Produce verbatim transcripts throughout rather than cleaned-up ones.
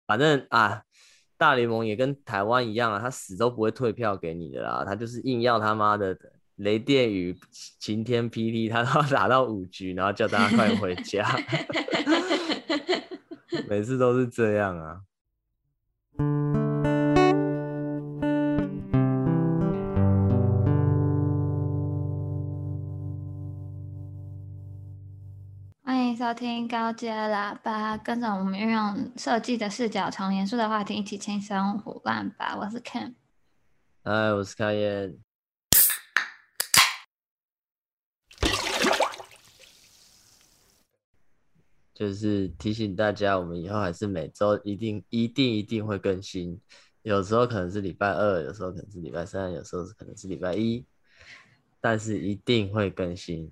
反正啊，大联盟也跟台湾一样啊，他死都不会退票给你的啦，他就是硬要他妈的雷电雨晴天霹雳，他都要打到五局，然后叫大家快点回家，每次都是这样啊。 欢迎收听高阶喇叭，跟着我们运用设计的视角，从严肃的话题一起轻松胡乱吧。我是 Ken。 哎，我是开彦。就是提醒大家，我们以后还是每周一定一定一定会更新，有时候可能是礼拜二，有时候可能是礼拜三，有时候可能是礼拜一，但是一定会更新，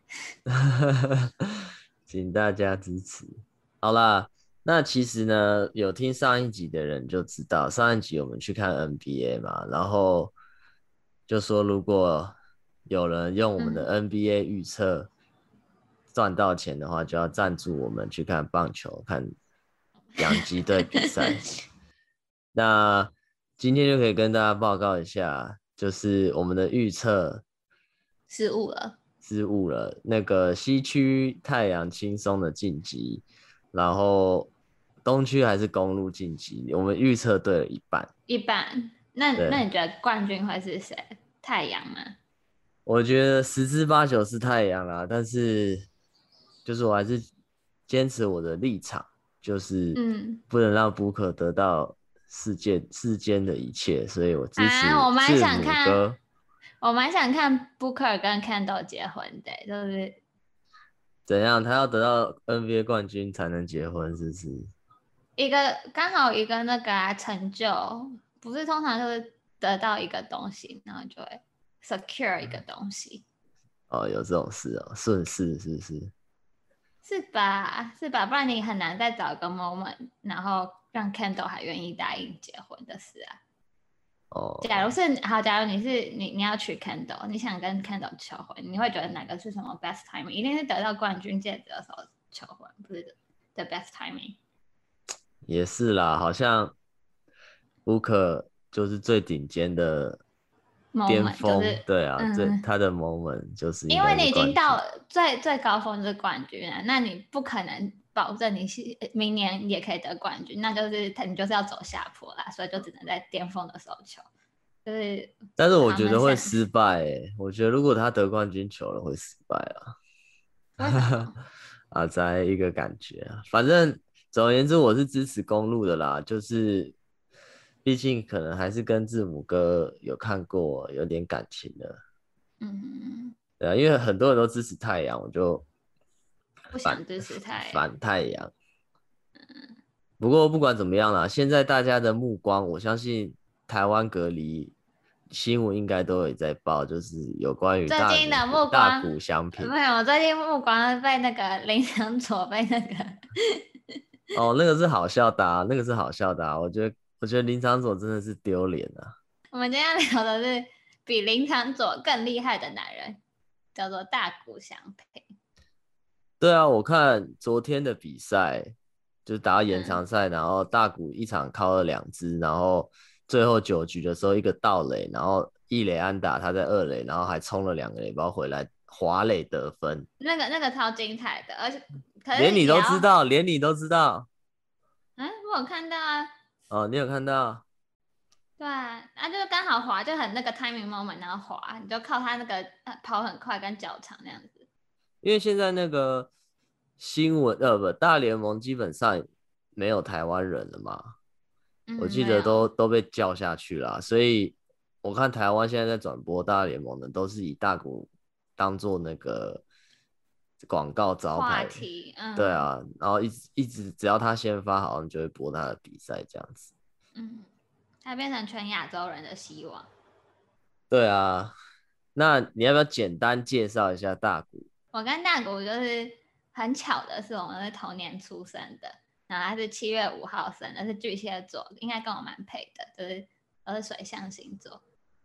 请大家支持。好啦，那其实呢，有听上一集的人就知道，上一集我们去看 N B A 嘛，然后就说如果有人用我们的 N B A 预测赚到钱的话，就要赞助我们去看棒球，看洋基队比赛。那今天就可以跟大家报告一下，就是我们的预测失误了， 失误了。那个西区太阳轻松的晋级，然后东区还是公路晋级，我们预测对了一半。 一般。那那对， 你觉得冠军会是谁？太阳吗？ 我觉得十之八九是太阳啦，但是就是我还是坚持我的立场，就是嗯不能让布克得到世界世间的一切，所以我支啊， 持我蛮字想看， 母哥。 我蛮想看 Booker 跟 Kendall 结婚的，就是怎样？他要得到 N B A 冠军才能结婚，是不是？ 一个刚好一个那个啊成就，不是通常就是得到一个东西，然后就会 secure 一个东西。 哦，有这种事哦，顺势是不是？ 是吧？是吧？不然你很难再找一个 moment，然后让 Kendall 还愿意答应结婚的事啊。假如哦， 是好，假如你是你你要娶 Kendall，你想跟 Kendall 求婚，你会觉得哪个是什么 best timing？一定是得到冠军戒指的时候求婚，不是的 best timing。 也是啦，好像布克就是最顶尖的巅 moment 就峰， 是对啊，最嗯， 他的 moment 就是应该是因为你已经冠军。 到最最高峰就是冠军了，那你不可能保证你是明年也可以得冠军，那就是他你就是要走下坡啦，所以就只能在巅峰的时候求。就是但是我觉得会 common sense。 失败诶，我觉得如果他得冠军球了会失败啊。 为什么？ 啊，在一个感觉啊，反正总而言之，我是支持公路的啦，就是毕竟可能还是跟字母哥有看过，有点感情的， 嗯， 对啊，因为很多人都支持太阳，我就反不想支持太阳。 反太阳。不过不管怎么样啦，现在大家的目光，我相信台湾隔离新闻应该都有在报，就是有关于最大近的目大光谷翔平。 没有，最近目光被那个林场佐被那个哦，那个是好笑的啊，那个是好笑的啊，我觉得我觉得林场佐真的是丢脸啊。 我们今天聊的是比林场佐更厉害的男人，叫做大谷翔平。 对啊，我看昨天的比赛，就是打到延长嗯， 赛，然后大谷一场敲了两支，然后最后九局的时候一个盗垒，然后一垒安打，他在二垒，然后还冲了两个垒包回来，滑垒得分， 那个那个超精彩的，而且可是连你也要都知道，连你都知道。 嗯，我有看到啊， 哦，你有看到？ 对啊，那、就是刚好滑，就很那个 timing moment，然后滑，你就靠他那个呃跑很快跟脚长那样子。 因为现在那个新闻，呃，不，大联盟基本上没有台湾人了嘛。我嗯， 记得都没有， 都被叫下去了，所以我看台湾现在在转播大联盟的，都是以大谷当做那个广告招牌。 话题，嗯对啊，然后一直一直只要他先发，好像就会播他的比赛这样子。 嗯，他变成全亚洲人的希望。 对啊，那你要不要简单介绍一下大谷？ 我跟大谷就是很巧的是，我们是同年出生的，然后他是七月五号生的，是巨蟹座，应该跟我蛮配的，就是都是水象星座。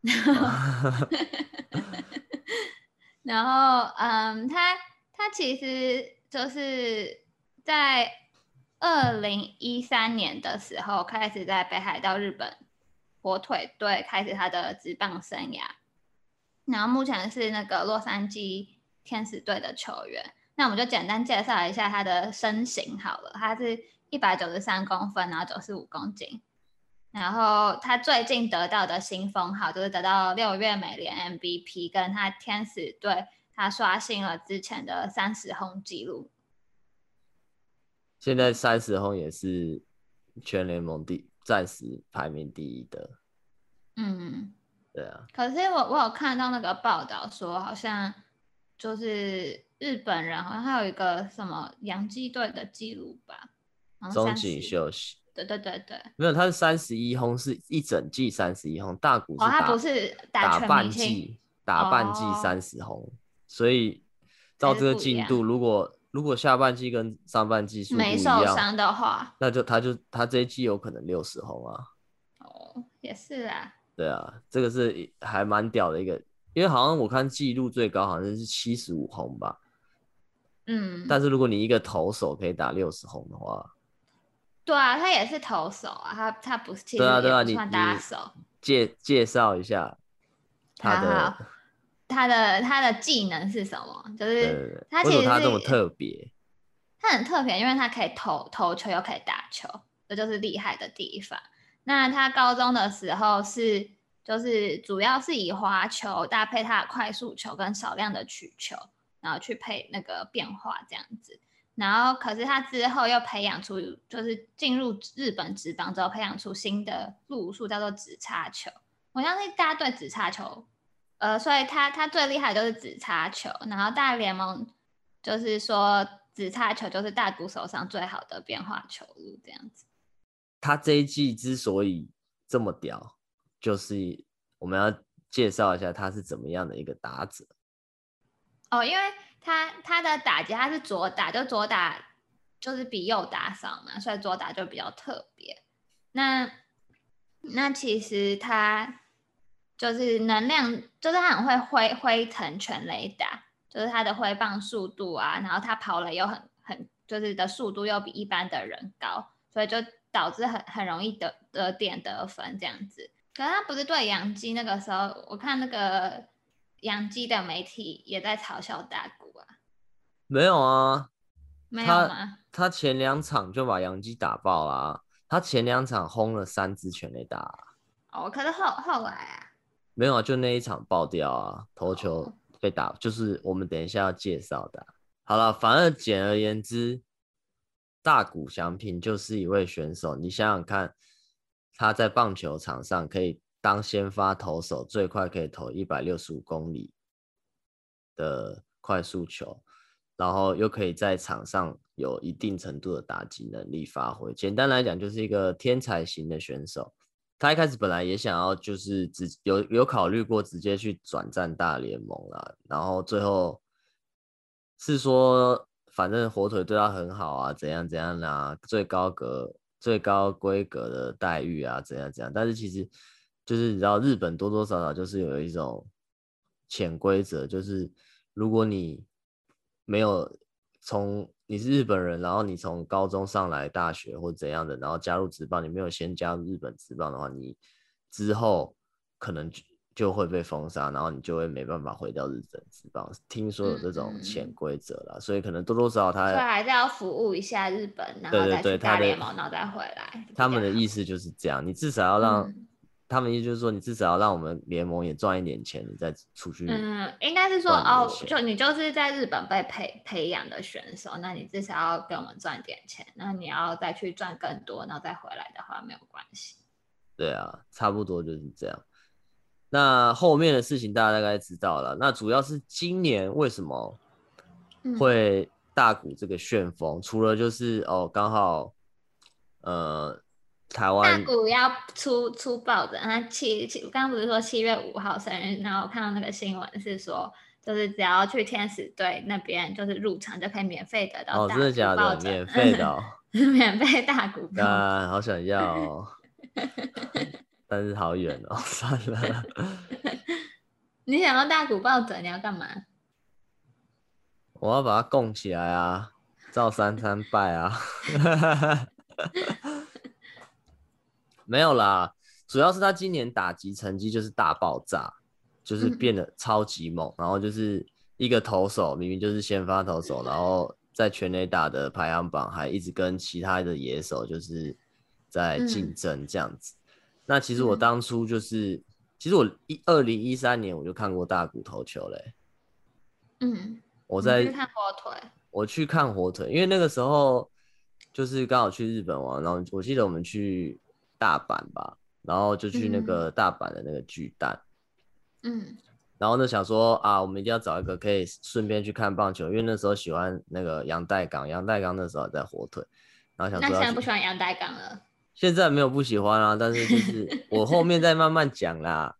然后，嗯，他他其实就是在二零一三年的时候开始在北海道日本火腿队开始他的职棒生涯，然后目前是那个洛杉矶天使队的球员。那我们就简单介绍一下他的身形好了，他是一百九十三公分，然后九十五公斤。然后他最近得到的新封号就是得到六月美联 M V P， 跟他天使队他刷新了之前的三十轰纪录。 现在三十轰也是全联盟第暂时排名第一的。 嗯， 对啊。 可是我我有看到那个报道说，好像就是日本人好像还有一个什么洋基队的纪录吧， 中井秀喜。 对对对对， 没有，他是三十一轰，是一整季三十一轰，大谷是哦， 打、 他不是打打全明半季星， 打半季哦， 三十轰，所以照还这个是不一样。 进度，如果如果下半季跟上半季速没度一样， 受伤的话， 那就他就他这一季有可能六十轰啊。 哦，也是啊。 对啊，这个是还蛮屌的一个，因为好像我看纪录最高好像是七十五轰吧。 嗯， 但是如果你一个投手可以打六十轰的话， 对啊，他也是投手啊，他他不是，其对啊对啊， 实也不算打你你手。 介介绍一下他好好， 的。 他的他的技能是什么？就是对对对， 他其实为什么他这么是特别？ 他很特别，因为他可以投投球又可以打球，这就是厉害的地方。那他高中的时候是就是主要是以滑球搭配他的快速球跟少量的曲球，然后去配那个变化这样子。然后可是他之后又培养出，就是进入日本职棒之后培养出新的路数，叫做直插球。我相信大家对直插球，呃，所以他他最厉害的就是直插球，然后大联盟就是说直插球就是大谷手上最好的变化球路这样子。 他这一季之所以这么屌，就是我们要介绍一下他是怎么样的一个打者。 哦，因为他他的打击他是左打，就左打就是比右打少嘛，所以左打就比较特别。那那其实他就是能量，就是他很会挥挥成全垒打，就是他的挥棒速度啊，然后他跑垒又很很就是的速度又比一般的人高，所以就导致很很容易得得点得分这样子。可是他不是对洋基那个时候，我看那个洋基的媒体也在嘲笑大谷啊。 没有啊， 没有他吗？ 他前两场就把洋基打爆啦、啊，他前两场轰了三支全垒打、啊。 哦，可是后后来啊， 没有啊，就那一场爆掉啊，投哦， 球被打，就是我们等一下要介绍的啊。好了，反正简而言之，大谷翔平就是一位选手。你想想看，他在棒球场上可以当先发投手，最快可以投一百六十五公里的快速球，然后又可以在场上有一定程度的打击能力发挥。简单来讲，就是一个天才型的选手。他一开始本来也想要，就是只有有考虑过直接去转战大联盟啦，然后最后是说，反正火腿对他很好啊，怎样怎样啊，最高格、最高规格的待遇啊，怎样怎样。但是其实就是你知道，日本多多少少就是有一种潜规则，就是如果你没有从你是日本人，然后你从高中上来大学或怎样的，然后加入职棒，你没有先加入日本职棒的话，你之后可能就就会被封杀，然后你就会没办法回到日本职棒。听说有这种潜规则啦，所以可能多多少少他， 所以还是要服务一下日本，然对对对， 后再去他的大联盟，然后再回来他比较好。 们的意思就是这样，你至少要让、 嗯他们意思就是说，你至少要让我们联盟也赚一点钱，你再出去嗯，应该是说哦， 赚你的钱。 就你就是在日本被培培养的选手，那你至少要给我们赚点钱，那你要再去赚更多，然后再回来的话没有关系。 对啊，差不多就是这样。那后面的事情大家大概知道了。那主要是今年为什么会大谷这个旋风？除了就是哦，刚好呃台大湾谷要出出报的，他七七，刚刚不是说七月五号生日，然后我看到那个新闻是说，就是只要去天使队那边，就是入场就可以免费得到哦，真的大谷假的？ 抱枕， 免费的哦， 免费大谷抱枕。 啊，好想要哦，但是好远哦，算了， 你想要大谷抱枕，你要干嘛？ 我要把它供起来啊。 照三餐拜啊。没有啦，主要是他今年打击成绩就是大爆炸，就是变嗯得超级猛，然后就是一个投手明明就是先发投手，然后在全垒打的排行榜还一直跟其他的野手就是在竞嗯争这样子。那其实我嗯当初就是，其实我一二零一三年我就看过大谷投球嘞、 嗯， 我在你去看火腿， 我去看火腿，因为那个时候就是刚好去日本玩，然后我记得我们去大阪吧，然后就去那嗯个大阪的那个巨蛋， 嗯， 然后呢想说啊，我们一定要找一个可以顺便去看棒球，因为那时候喜欢那个杨代刚，杨代刚那时候在火腿，然后想那现在不说要去， 喜欢杨代刚了。 现在没有不喜欢啊，但是就是我后面再慢慢讲啦。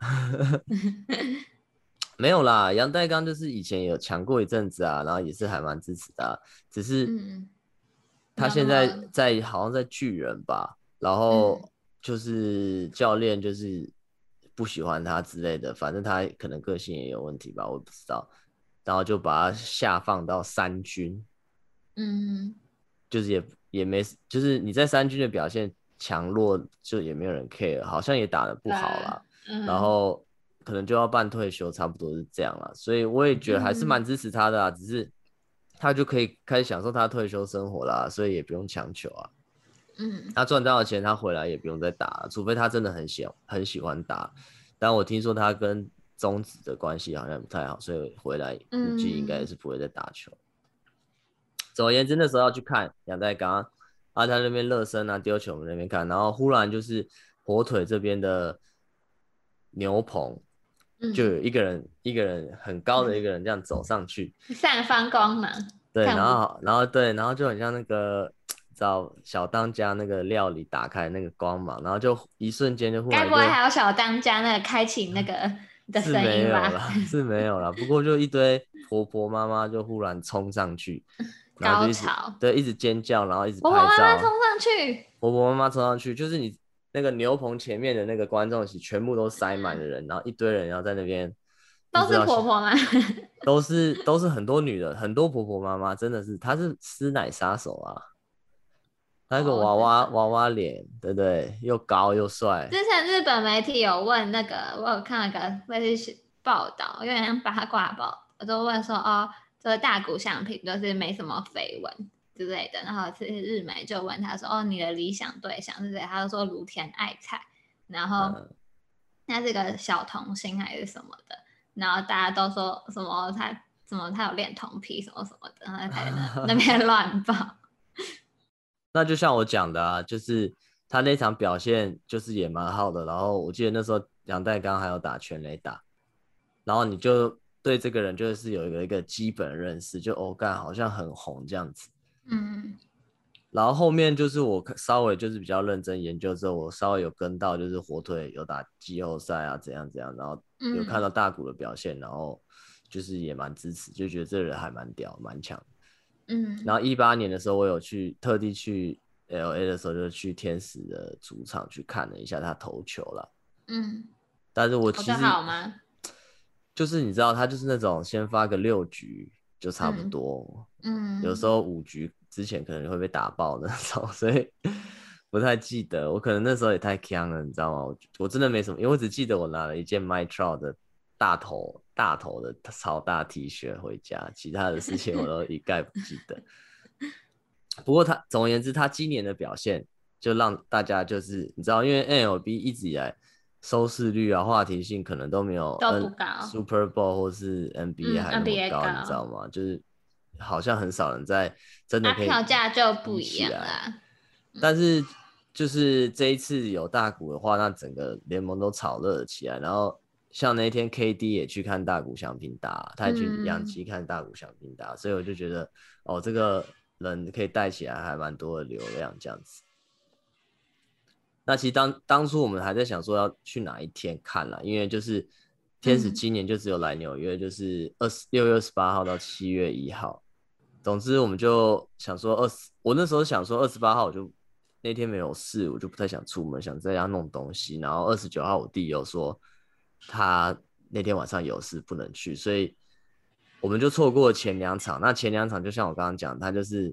没有啦，杨代刚就是以前有强过一阵子啊，然后也是还蛮支持的啊，只是嗯，没有那他现在么， 在好像在巨人吧，然嗯后就是教练就是不喜欢他之类的，反正他可能个性也有问题吧，我也不知道，然后就把他下放到三军， 嗯， 就是也也没，就是你在三军的表现强弱就也没有人 care，好像也打得不对啊， 好啦，然嗯后可能就要办退休，差不多是这样啦，所以我也觉得还是蛮嗯支持他的啊，只是他就可以开始享受他退休生活啦，所以也不用强求啊。 嗯他赚到的钱，他回来也不用再打，除非他真的很喜很喜欢打。但我听说他跟中子的关系好像不太好，所以回来估计应该嗯， 是不会再打球。总而言之，那时候要去看杨代刚，啊，他那边热身啊，丢球我们那边看，然后忽然就是火腿这边的牛棚，就嗯， 有一个人，一个人很高的一个人这样走上去， 散发光芒， 对，然看不， 后然后对，然后就很像那个找小当家那个料理打开那个光芒，然后就一瞬间就忽该不会然就还有小当家那个开启那个的是声音吧？ 没有啦，是没有啦，不过就一堆婆婆妈妈就忽然冲上去，然后就一直高潮， 对一直尖叫，然后一直婆婆妈妈冲拍照， 上去， 婆婆妈妈冲上去，就是你那个牛棚前面的那个观众席全部都塞满了人，然后一堆人要在那边不都是知道婆婆吗？ 都是都是很多女的，很多婆婆妈妈，真的是她是师奶杀手啊，她那个哦， 娃真的。 娃娃娃脸，对不对？又高又帅， 之前日本媒体有问那个，我有看那个类似报道，有点像八卦报，我就问说，哦，这个大谷翔平就是没什么绯闻之类的，然后是日媒就问他说，哦，你的理想对象是谁？他就说芦田爱菜，然后嗯， 那是个小童星还是什么的，然后大家都说什么他什么他有恋童癖什么什么的，然后在台那那边乱报， 那就像我讲的啊，就是他那场表现就是也蛮好的，然后我记得那时候杨代刚还有打全垒打，然后你就对这个人就是有一个一个基本认识，就哦干好像很红这样子。 嗯然后后面就是我稍微就是比较认真研究之后，我稍微有跟到就是火腿有打季后赛啊怎样怎样，然后有看嗯到大谷的表现，然后就是也蛮支持，就觉得这个人还蛮屌蛮强。然嗯， 后一八年的时候，我有去特地去 L A 的时候，就去天使的主场去看了一下他投球了。 嗯， 但是我投的其实好吗？ 就是你知道，他就是那种先发个六局就差不嗯多，有时嗯候五局之前可能会被打爆的那种，所以不太记得。我可能那时候也太强了，你知道吗？我我真的没什么，因为我只记得我拿了一件 My Trout 的大头大头的超大 T 恤回家，其他的事情我都一概不记得。不过他总而言之，他今年的表现就让大家就是你知道，因为 N L B 一直以来收视率啊、话题性可能都没有都不 N 高， Super Bowl 或是 N B A 嗯还那么 ，N B A 高，你知道高， 吗？就是好像很少人在真的啊， 可以票价就不比一样起来。 啦。 但是就是这一次有大股的话，那整个联盟都炒热了起来。然后像那天 K D 也去看大谷翔平打，他也去洋嗯基看大谷翔平打，所以我就觉得哦，这个人可以带起来还蛮多的流量这样子。那其实当当初我们还在想说要去哪一天看啦，因为就是天使嗯今年就只有来纽约，就是二十六月二十八号到七月一号。总之我们就想说二十，我那时候想说二十八号我就那天没有事，我就不太想出门，想在家弄东西。然后二十九号我弟有说他那天晚上有事不能去，所以我们就错过前两场。那前两场就像我刚刚讲，他就是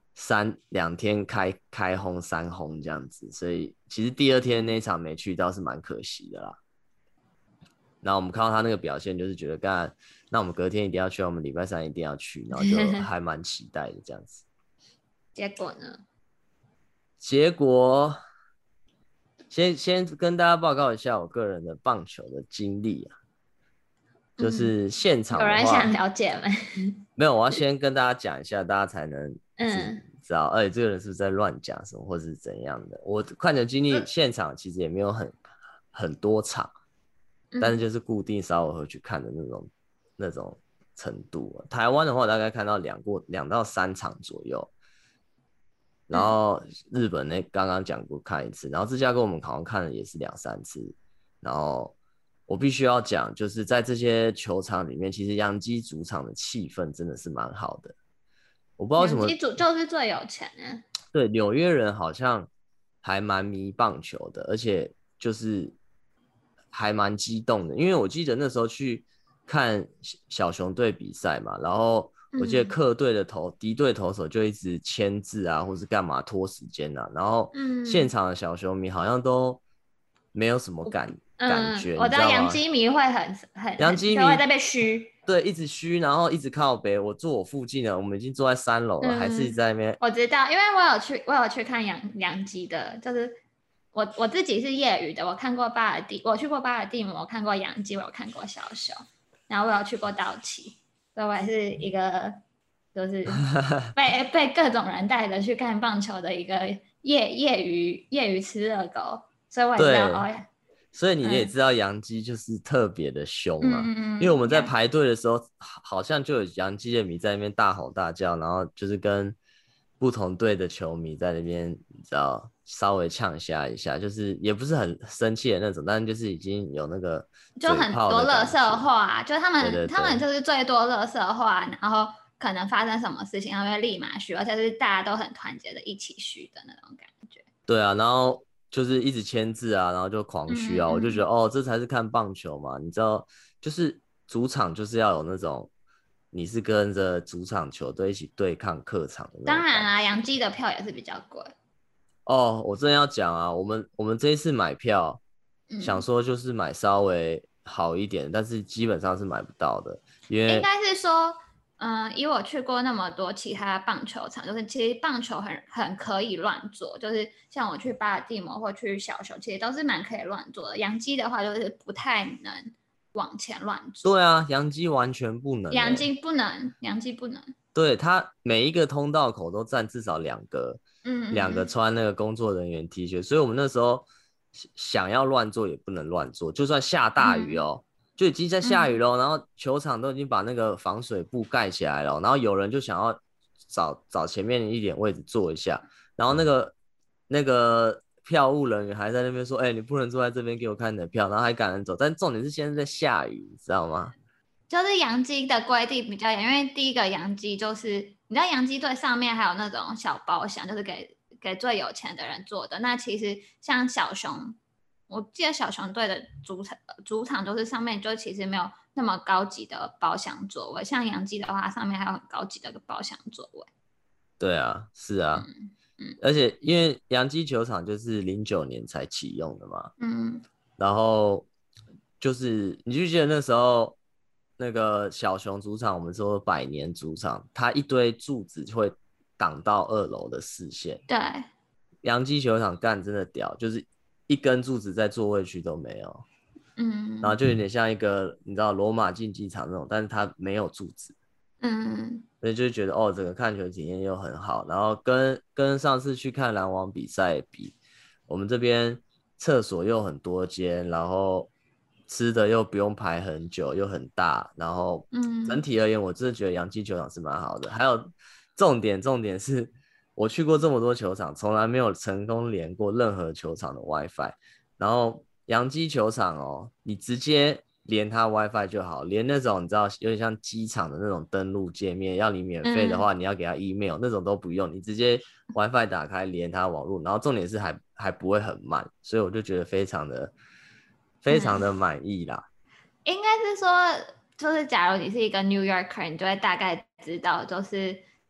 三两天开开轰三轰这样子，所以其实第二天那一场没去到是蛮可惜的啦。然后我们看到他那个表现，就是觉得干，那我们隔天一定要去，我们礼拜三一定要去，然后就还蛮期待的这样子。 结果呢？ 结果先先跟大家报告一下我个人的棒球的经历啊，就是现场的话， 有人想了解吗？ 没有，我要先跟大家讲一下，大家才能嗯知道，哎、欸，这个人是不是在乱讲什么，或是怎样的。我看球经历现场其实也没有很很多场，但是就是固定稍微会去看的那种那种程度。台湾的话，我大概看到两过两到三场左右。然后日本那刚刚讲过看一次，然后芝加哥我们好像看了也是两三次。然后我必须要讲，就是在这些球场里面，其实洋基主场的气氛真的是蛮好的。我不知道为什么， 洋基主就是最有钱的。 对，纽约人好像还蛮迷棒球的，而且就是还蛮激动的，因为我记得那时候去看小熊队比赛嘛，然后我记得客队的投敌对投手就一直签字啊，或是干嘛拖时间啊，然后现场的小熊迷好像都没有什么感、嗯、感觉， 我知道洋基迷会很很洋基迷会在被嘘， 对，一直嘘，然后一直靠北。我坐我附近的，我们已经坐在三楼了，嗯、还是一直在那边。 我知道，因为我有去，我有去看洋洋基的，就是我我自己是业余的，我看过巴尔的，我去过巴尔的摩，我看过洋基，我有看过小熊，然后我有去过道奇，所以我还是一个就是被被各种人带着去看棒球的一个业业余业余吃热狗，所以我也知道哦。 所以你也知道洋基就是特别的凶啊、 嗯， 因为我们在排队的时候，好像就有洋基的迷在那边大吼大叫，然后就是跟不同队的球迷在那边，你知道稍微呛下一下，就是也不是很生气的那种，但是就是已经有那个就很多垃圾话，就他们对对对他们就是最多垃圾话，然后可能发生什么事情，他们会立马嘘，而且是大家都很团结的一起嘘的那种感觉。 对啊，然后就是一直签字啊，然后就狂嘘啊，嗯嗯我就觉得哦，这才是看棒球嘛，你知道，就是主场就是要有那种你是跟着主场球队一起对抗客场的那种。 当然啦，洋基的票也是比较贵。 哦，我真的要讲啊，我们我们这一次买票，嗯、想说就是买稍微好一点，但是基本上是买不到的，因为应该是说。嗯，以我去过那么多其他棒球场，就是其实棒球很很可以乱做，就是像我去巴尔的摩或去小熊，其实都是蛮可以乱做的。洋基的话，就是不太能往前乱做。 对啊，洋基完全不能、欸。 洋基不能，洋基不能。 对，他每一个通道口都站至少两个，嗯，两个穿那个工作人员 T 恤，所以我们那时候想要乱做也不能乱做，就算下大雨哦。嗯就已经在下雨了、嗯，然后球场都已经把那个防水布盖起来了，然后有人就想要找找前面一点位置坐一下，然后那个那个票务人员还在那边说：“哎、欸，你不能坐在这边，给我看你的票。”然后还赶人走，但重点是现在在下雨，你知道吗？ 就是洋基的规定比较严，因为第一个洋基就是你知道洋基队上面还有那种小包厢，就是给给最有钱的人坐的。那其实像小熊。我记得小熊队的主场主场就是上面就其实没有那么高级的包厢座位，像洋基的话，上面还有很高级的包厢座位。 对啊，是啊，嗯嗯、而且因为洋基球场就是零九年才启用的嘛，嗯，然后就是你就记得那时候那个小熊主场，我们说百年主场，它一堆柱子会挡到二楼的视线。 对， 洋基球场干真的屌，就是一根柱子在座位区都没有，嗯，然后就有点像一个你知道罗马竞技场那种，但是它没有柱子，嗯，所以就觉得哦，整个看球体验又很好，然后跟跟上次去看篮网比赛比，我们这边厕所又很多间，然后吃的又不用排很久，又很大，然后整体而言，我真的觉得洋基球场是蛮好的。还有重点，重点是。我去过这么多球场，从来没有成功连过任何球场的 WiFi。然后洋基球场哦，你直接连它 WiFi 就好，连那种你知道有点像机场的那种登录界面，要你免费的话，嗯、你要给他 email 那种都不用，你直接 WiFi 打开连它网絡，然后重点是还还不会很慢，所以我就觉得非常的非常的满意啦。 嗯、应该是说，就是假如你是一个 New Yorker，你就会大概知道，就是。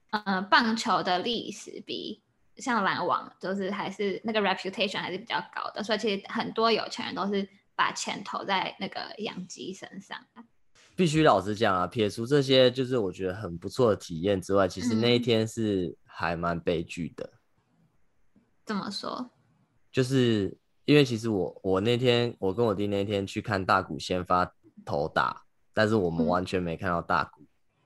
呃棒球的历史比像篮网就是还是那个 reputation 还是比较高的，所以其实很多有钱人都是把钱投在那个洋基身上。 必须老实讲啊，撇除这些就是我觉得很不错的体验之外，其实那一天是还蛮悲剧的。 怎么说？ 就是因为其实我我那天我跟我弟那天去看大谷先发投打，但是我们完全没看到大谷，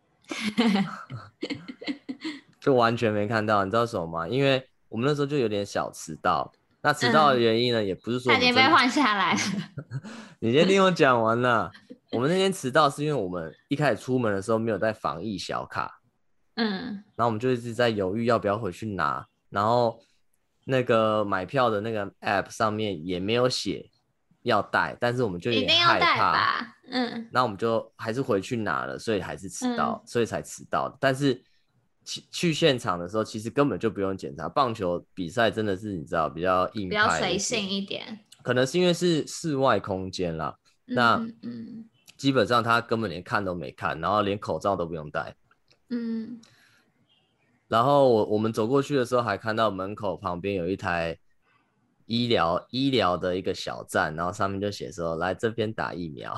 就完全没看到。你知道什么吗？因为我们那时候就有点小迟到。那迟到的原因呢，嗯、也不是说他已经被换下来了。 你先听我讲完了。我们那天迟到是因为我们一开始出门的时候没有带防疫小卡， 嗯， 然后我们就一直在犹豫要不要回去拿，然后那个买票的那个 app 上面也没有写要带，但是我们就有点害怕， 一定要带吧？嗯， 那我们就还是回去拿了，所以还是迟到，嗯、所以才迟到。但是去现场的时候，其实根本就不用检查。棒球比赛真的是你知道比较硬派， 比较随性一点， 可能是因为是室外空间啦。 嗯、 那嗯基本上他根本连看都没看，然后连口罩都不用戴。 嗯， 然后我我们走过去的时候，还看到门口旁边有一台医疗医疗的一个小站，然后上面就写说来这边打疫苗。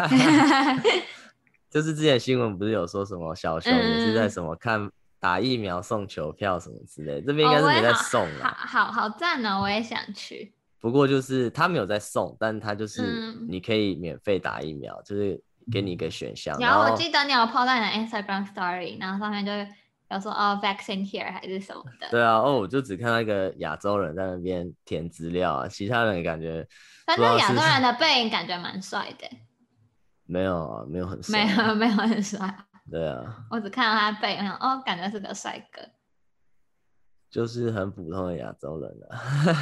就是之前新闻不是有说什么小熊也是在什么看打疫苗送球票什么之类的，这边应该是没在送啦。 哦、好好好赞哦，我也想去。 不过就是他没有在送，但他就是你可以免费打疫苗，嗯、就是给你一个选项。 然后我记得你有 po 在你的 Instagram Story， 然后上面就有说哦 vaccine here 还是什么的。 对啊，哦，我就只看到一个亚洲人在那边填资料啊，其他人感觉。 但是亚洲人的背影感觉蛮帅的。 没有啊，没有很帅。 没有没有很帅。 对啊， 我只看到他背影，哦，感觉是个帅哥。 就是很普通的亚洲人啊。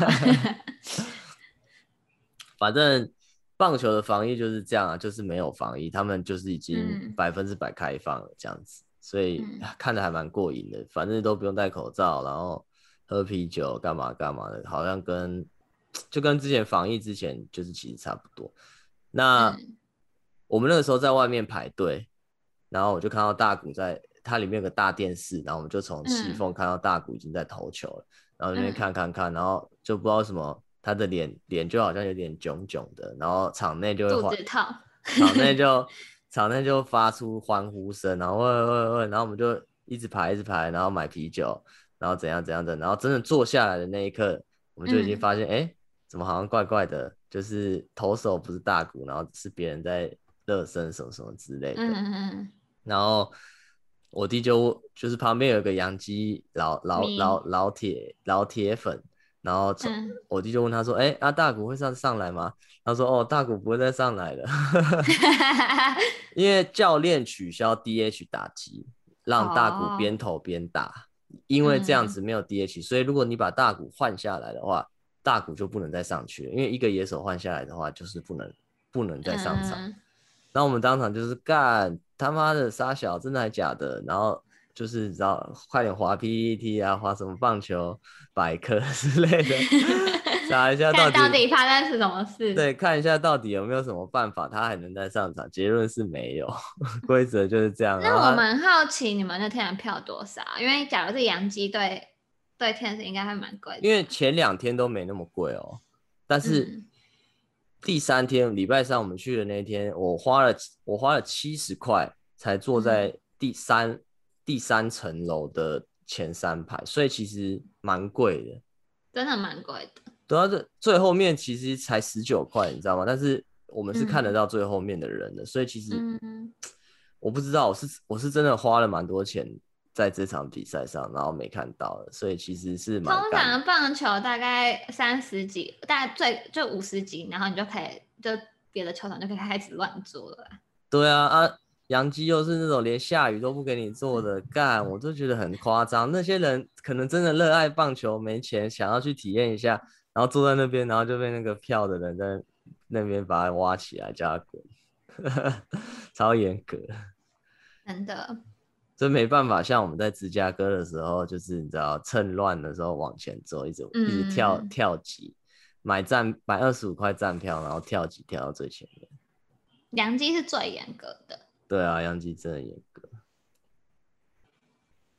反正棒球的防疫就是这样啊，就是没有防疫，他们就是已经百分之百开放了这样子，嗯、所以看得还蛮过瘾的。反正都不用戴口罩，然后喝啤酒干嘛干嘛的，好像跟就跟之前防疫之前就是其实差不多。那、嗯、我们那个时候在外面排队，然后我就看到大谷在。它里面有个大电视，然后我们就从细缝看到大谷已经在投球了，嗯、然后那边看看看，然后就不知道为什么他的脸脸就好像有点炯炯的，然后场内就会肚子痛， 场内就场内就发出欢呼声，然后喂喂喂，然后我们就一直排一直排，然后买啤酒，然后怎样怎样的，然后真的坐下来的那一刻，我们就已经发现，哎、嗯，怎么好像怪怪的，就是投手不是大谷，然后是别人在热身什么什么之类的，嗯嗯然后。我弟就就是旁边有一个洋基老老老老铁老铁粉，然后、嗯、我弟就问他说：“哎、欸，啊大谷会上上来吗？”他说：“哦，大谷不会再上来了，因为教练取消 D H 打击，让大谷边投边打，哦、因为这样子没有 D H，、嗯、所以如果你把大谷换下来的话，大谷就不能再上去了，因为一个野手换下来的话，就是不能不能再上场。嗯”然后我们当场就是干他妈的傻小，真的还假的？然后就是你知道，快点滑 P P T 啊，滑什么棒球百科之类的，查一下到底看到底发生什么事。 对，看一下到底有没有什么办法，他还能再上场。结论是没有，规则就是这样。 那我蛮好奇你们那天的票多少？因为假如是洋基队对天使，应该还蛮贵的。 因为前两天都没那么贵哦，但是。嗯第三天礼拜三我们去的那天，我花了我花了七十块才坐在第三、嗯、第三层楼的前三排，所以其實蠻貴的， 真的蠻貴的。 對啊，這最後面其實才十九塊，你知道嗎？但是我們是看得到最後面的人的，嗯、所以其實、嗯、我不知道，我是我是真的花了蠻多錢在這場比賽上，然後沒看到了，所以其實是蠻幹的。 通常棒球大概三十幾，大概最就五十幾，然後你就可以就別的球場就可以開始亂做了。 對啊啊！洋基又是那種連下雨都不給你做的，幹我就覺得很誇張。那些人可能真的熱愛棒球，沒錢想要去體驗一下，然後坐在那邊，然後就被那個票的人在那邊把他挖起來，叫他滾，超嚴格。 真的。 所以沒辦法，像我們在芝加哥的時候，就是你知道趁亂的時候往前走，一直、嗯、一直跳跳級，買站買二十五塊站票，然後跳級跳到最前面。 洋基是最嚴格的。 對啊，洋基真的嚴格。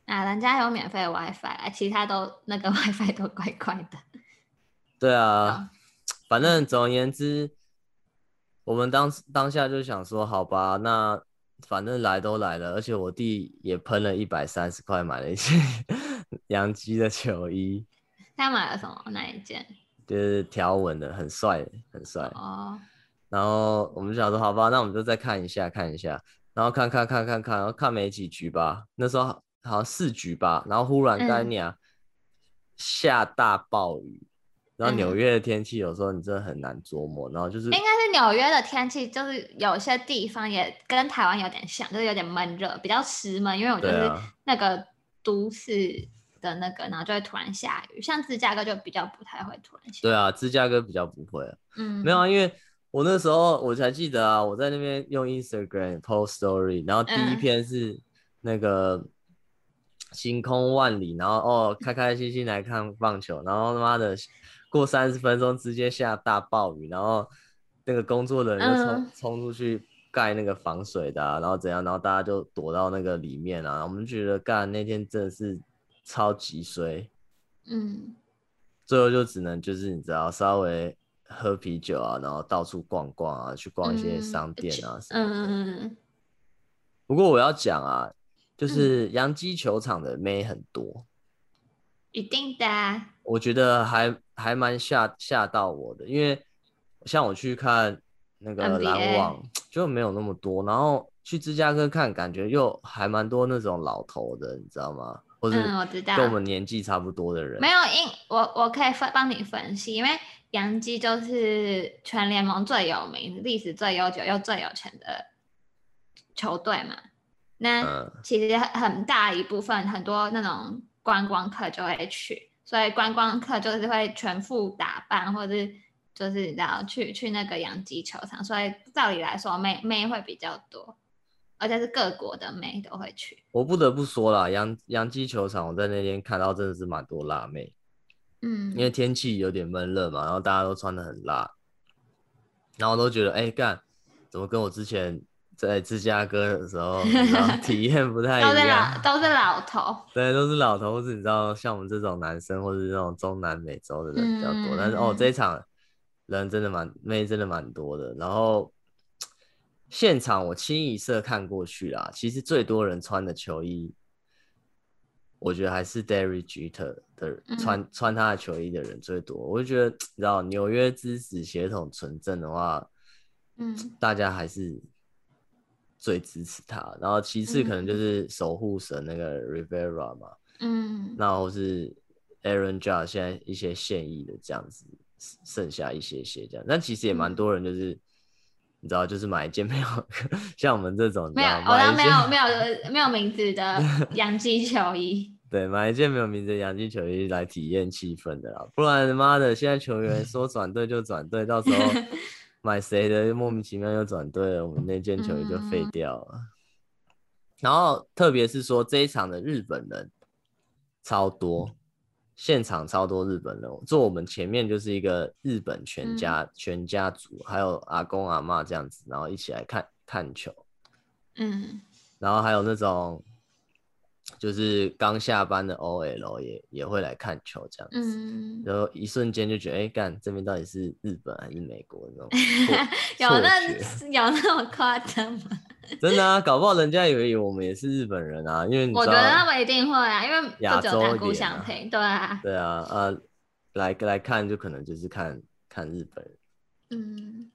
啊，人家有免费 WiFi 啊，其他都那个 WiFi 都怪怪的。 对啊， 好反正总而言之，我们当当下就想说，好吧，那反正来都来了，而且我弟也喷了一百三十块买了一件洋基的球衣， 他买了什么？那一件？ 就是条纹的，很帅，很帅。 哦， 然后我们就想说，好吧，那我们就再看一下，看一下，然后看看看看看，然后看没几局吧，那时候好像四局吧，然后忽然干嗯娘下大暴雨，然后纽嗯， 约的天气有时候你真的很难捉摸，然后就是应该是纽约的天气，就是有些地方也跟台湾有点像，就是有点闷热，比较湿闷，因为我就是对啊， 那个都市的那个，然后就会突然下雨，像芝加哥就比较不太会突然下雨。 对啊，芝加哥比较不会啊，没有嗯啊，因为我那时候我才记得啊，我在那边用 Instagram post story，然后第一嗯篇是那个星空万里，然后哦开开心心来看棒球，然后他妈的过三十分钟直接下大暴雨，然后那个工作的人就冲嗯冲出去盖那个防水的啊，然后怎样，然后大家就躲到那个里面啊，我们就觉得干那天真的是超级衰。 嗯， 最后就只能就是你知道稍微喝啤酒啊，然后到处逛逛啊，去逛一些嗯， 商店啊什么嗯的。 嗯嗯不过我要讲啊，就嗯， 是洋基球场的妹很多， 一定的啊。 我觉得还还蛮吓吓到我的，因为像我去看那个篮 N B A， 网就没有那么多，然后去芝加哥看，感觉又还蛮多那种老头的，你知道吗？或是嗯，我知道。 跟我们年纪差不多的人。 没有，因我我可以分帮你分析，因为洋基就是全联盟最有名、历史最悠久又最有钱的球队嘛。那嗯， 其实很很大一部分，很多那种观光客就会去，所以观光客就是会全副打扮，或者是就是然后去去那个洋基球场，所以照理来说妹妹会比较多，而且是各国的妹都会去。 我不得不说啦，洋洋基球场，我在那天看到真的是蛮多辣妹，因为嗯， 天气有点闷热嘛，然后大家都穿的很辣，然后我都觉得，哎、干，怎么跟我之前在芝加哥的时候，你知道体验不太都是一样？ 老都是老头。 对，都是老头，或是你知道，像我们这种男生，或是那种中南美洲的人比较多。但是哦，这一嗯场人真的蛮妹真的蛮多的。然后现场我清一色看过去啦，其实最多人穿的球衣，我觉得还是 Derek Jeter 的嗯穿穿他的球衣的人最多。我就觉得，你知道纽约之子血统纯正的话， 嗯大家还是最支持他。然后其次可能就嗯是守护神那个 Rivera 嘛。 嗯那或是 Aaron Judge 现在一些现役的这样子，剩下一些些这样，但其实也蛮嗯， 多人就是你知道，就是买一件没有像我们这种，你知没有， 道我当没买一件有没有没有名字的洋基球衣。 对买一件没有名字的洋基球衣来体验气氛的啦，不然妈的现在球员说转队就转队，到时候买谁的莫名其妙又转队了，我们那件球衣就废嗯掉了。然后特别是说这一场的日本人超多，现场超多日本人，坐我们前面就是一个日本全嗯家、全家族，还有阿公阿嬷这样子，然后一起来看看球， 嗯然后还有那种就是刚下班的 O L 也也会来看球这样子， 嗯， 然后一瞬间就觉得，哎，干这边到底是日本还是美国的那种错有那错觉。 有那么夸张吗？ 真的啊，搞不好人家以为我们也是日本人啊，因为你我知道觉得他们一定会啊，因为就只有亚洲打鼓脸啊， 响屏，对啊。 对啊，啊，来来看就可能就是看看日本人， 嗯，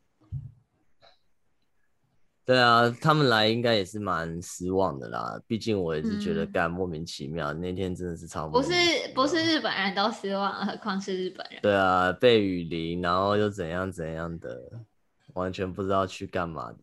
对啊，他们来应该也是蛮失望的啦，毕竟我也是觉得嗯， 干莫名其妙，那天真的是超不是莫名其妙。 不是日本人都失望了，何况是日本人。 对啊，被雨淋，然后又怎样怎样的，完全不知道去干嘛的。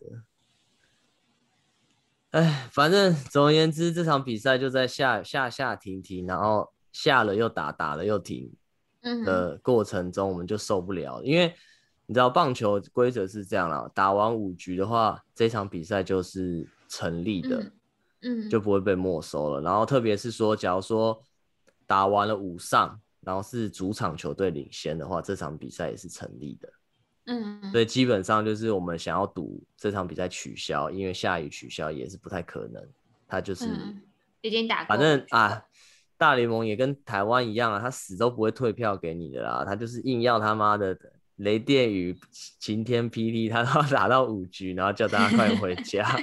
哎，反正总而言之，这场比赛就在下下下停停，然后下了又打，打了又停嗯的过程中，我们就受不了了。因为你知道棒球规则是这样啦，打完五局的话，这场比赛就是成立的， 嗯嗯就不会被没收了。然后特别是说，假如说打完了五上，然后是主场球队领先的话，这场比赛也是成立的。 嗯所以基本上就是我们想要赌这场比赛取消，因为下雨取消也是不太可能，它就是嗯已经打过反五局了。 正啊，大联盟也跟台湾一样啊，他死都不会退票给你的啦，他就是硬要他妈的雷电雨晴天霹雳，他都要打到五局，然后叫大家快点回家，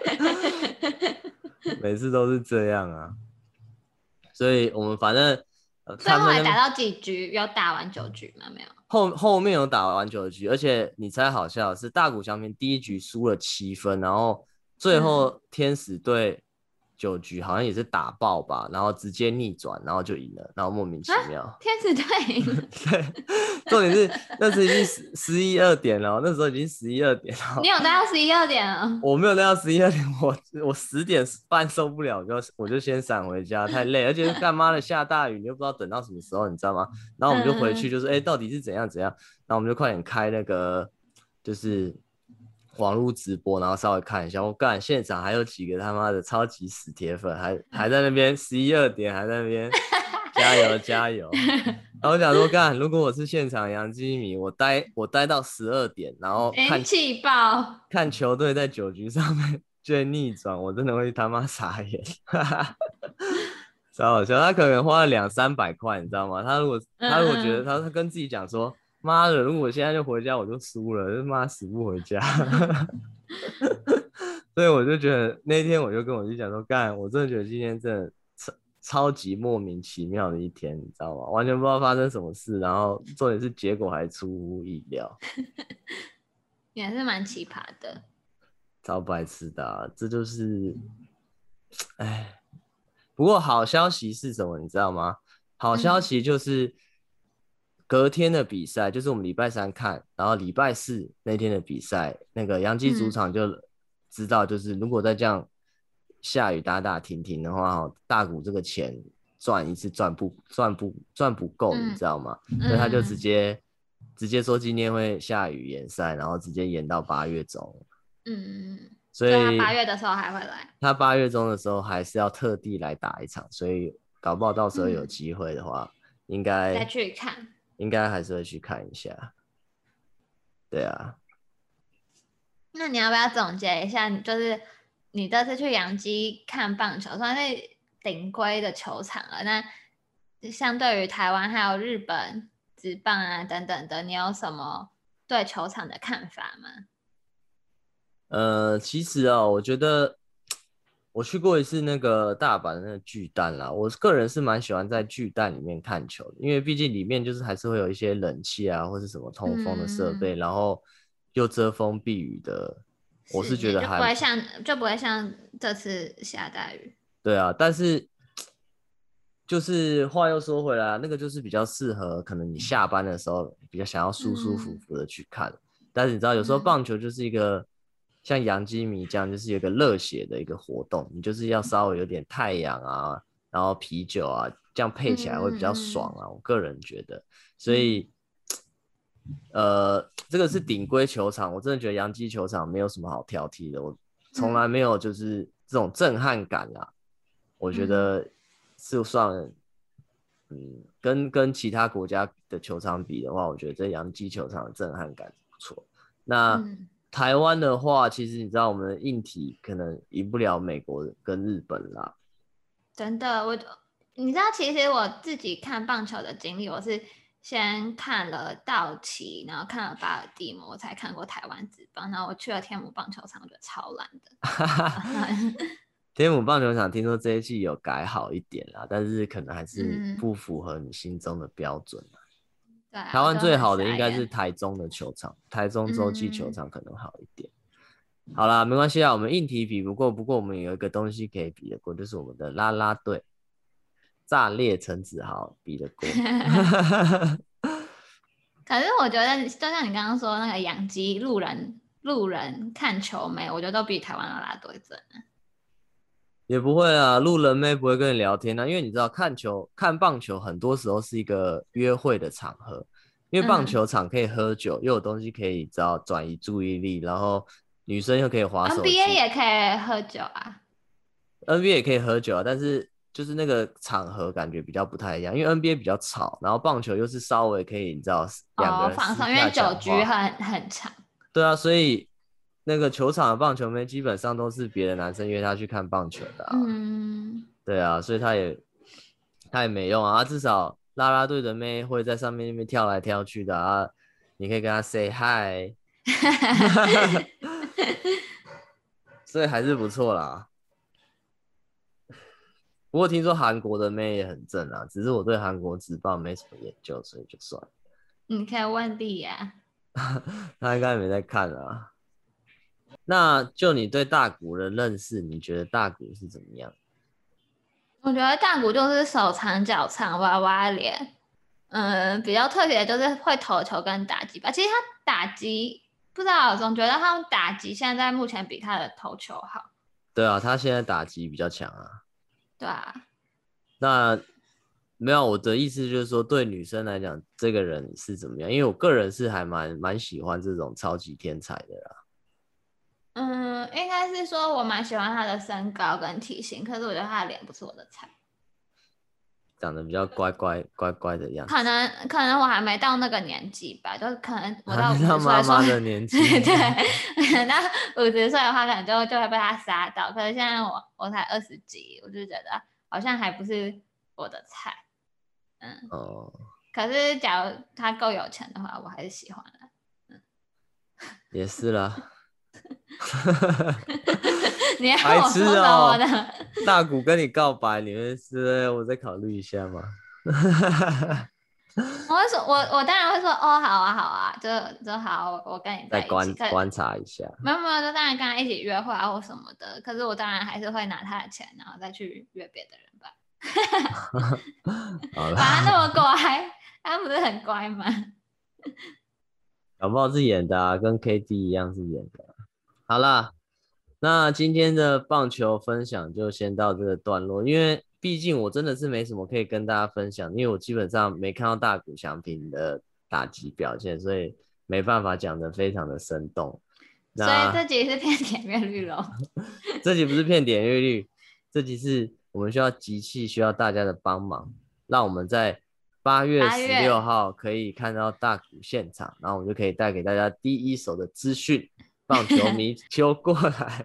每次都是这样啊。所以我们反正、呃、 所以后来看打到几局？有打完九局吗？没有。 后后面有打完九局，而且你猜好笑的是，大谷翔平第一局输了七分，然后最后天使队九局好像也是打爆吧，然后直接逆转，然后就赢了，然后莫名其妙。 啊、天使队赢了。 对，重点是那时已经十十一二点了，那时候已经十一二点了。 你有待到十一二点啊？ 我没有待到十一二点，我我十点半受不了，我就我就先闪回家，太累，而且干妈的下大雨，你又不知道等到什么时候，你知道吗？然后我们就回去，就是哎、欸，到底是怎样怎样？然后我们就快点开那个就是网络直播，然后稍微看一下。我干，现场还有几个他妈的超级死铁粉，还还在那边十一二点还在那边加油加油。然后我想说，干，如果我是现场洋基迷，我待我待到十二点，然后看气爆， 看球队在九局上面就会逆转，我真的会他妈傻眼，超好笑。他可能花了两三百块，你知道吗？他如果他如果觉得他他跟自己讲说，妈的，如果我现在就回家我就输了，就妈死不回家。所以我就觉得那天我就跟我弟讲说，干，我真的觉得今天真的超超级莫名其妙的一天，你知道吗？完全不知道发生什么事，然后重点是结果还出乎意料， 也是蛮奇葩的， 超白痴的、啊，这就是，哎。不过好消息是什么？你知道吗？好消息就是隔天的比赛，就是我们礼拜三看，然后礼拜四那天的比赛，那个洋基主场就知道，就是如果再这样下雨打打停停的话，大谷这个钱赚一次赚不赚不赚不够，你知道吗？所以他就直接直接说今天会下雨延赛，然后直接延到八月中。嗯。所以他八月的时候还会来， 他八月中的时候还是要特地来打一场，所以搞不好到时候有机会的话，嗯、应该再去看， 应该还是会去看一下。对啊， 那你要不要总结一下？就是你这次去洋基看棒球，算是顶规的球场了。那相对于台湾还有日本职棒啊等等的，你有什么对球场的看法吗？ 呃，其实哦，我觉得我去过一次那个大阪的那个巨蛋啦，我个人是蛮喜欢在巨蛋里面看球的，因为毕竟里面就是还是会有一些冷气啊，或是什么通风的设备，嗯、然后又遮风避雨的，我是觉得还就不会像就不会像这次下大雨。 对啊，但是就是话又说回来，那个就是比较适合可能你下班的时候比较想要舒舒服服的去看，嗯、但是你知道有时候棒球就是一个。像洋基迷这样，就是有一个热血的一个活动，你就是要稍微有点太阳啊，然后啤酒啊，这样配起来会比较爽啊。嗯、我个人觉得，所以，呃，这个是顶规球场，我真的觉得洋基球场没有什么好挑剔的，我从来没有就是这种震撼感啊。我觉得是算，嗯，跟跟其他国家的球场比的话，我觉得这洋基球场的震撼感不错。那。嗯台湾的话，其实你知道我们的硬体可能赢不了美国跟日本啦。 真的，我你知道，其实我自己看棒球的经历，我是先看了道奇，然后看了巴尔的摩，我才看过台湾职棒。然后我去了天母棒球場，我覺得超爛的。 天母棒球場聽說這一季有改好一點啦，但是可能還是不符合你心中的標準啦。嗯啊、 台灣最好的應該是台中的球場，台中洲際球場可能好一點。嗯、好啦，沒關係啊，我們硬體比不過，不過我們有一個東西可以比得過，就是我們的啦啦隊，炸裂陳子豪比得過。 可是我覺得，就像你剛剛說那個洋基路人路人看球妹，我覺得都比台灣啦啦隊真。 也不會啊，路人妹不會跟你聊天啊，因為你知道看球看棒球很多時候是一個約會的場合，因為棒球場可以喝酒，嗯、又有東西可以知道轉移注意力，然後女生又可以滑手機 N B A 也可以喝酒啊 ，N B A 也可以喝酒啊，但是就是那個場合感覺比較不太一樣，因為 N B A 比較吵，然後棒球又是稍微可以你知道兩個人放鬆，因為酒局很很長。 對啊，所以。那個球場的棒球妹基本上都是別的男生約他去看棒球的啊。 嗯， 对啊，所以他也他也没用啊，至少啦啦队的妹会在上面那边跳来跳去的啊，你可以跟他 say hi，所以还是不错啦。不过听说韩国的妹也很正啊，只是我对韩国职棒没什么研究，所以就算了。 你可以问丽呀。 他应该没在看啊。那就你对大谷的认识，你觉得大谷是怎么样？ 我觉得大谷就是手长脚长、娃娃脸，嗯，比较特别的就是会投球跟打击吧。其实他打击不知道，总觉得他们打击现在目前比他的投球好。 对啊，他现在打击比较强啊。 对啊， 那没有，我的意思就是说，对女生来讲，这个人是怎么样？因为我个人是还蛮蛮喜欢这种超级天才的啦， 嗯，应该是说我蛮喜欢他的身高跟体型，可是我觉得他的脸不是我的菜。 长得比较乖乖乖乖的样子， 可能可能我还没到那个年纪吧，就是可能我还没到五到妈十岁说， 妈的年纪。 对，那五十岁的话，可能就就会被他杀到。可是现在我我才二十几，我就觉得好像还不是我的菜。嗯， 哦， 可是假如他够有钱的话，我还是喜欢的。 也是啦。 你要白痴我说什么哦、 呢？ 大谷跟你告白，你们是我再考虑一下吗？ 我会说，我我当然会说，哦，好啊，好啊，就就好，我我跟你再在一起。可观观察一下。 没有没有，就当然跟他一起约会啊或什么的。可是我当然还是会拿他的钱，然后再去约别的人吧。 好反正他那啦， 么乖，他不是很乖吗？ 搞不好是演的啊，跟 K D 一样是演的啊。好啦，那今天的棒球分享就先到这个段落，因为毕竟我真的是没什么可以跟大家分享，因为我基本上没看到大谷翔平的打击表现，所以没办法讲得非常的生动。 所以这那集是骗点阅率咯。 这集不是骗点阅率，这集是我们需要集气，需要大家的帮忙，让我们在八月十六八月， 号可以看到大谷现场，然后我们就可以带给大家第一手的资讯，棒球迷揪过来。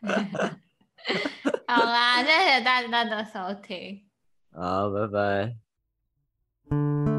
好啦，谢谢大家的收听。 好，拜拜。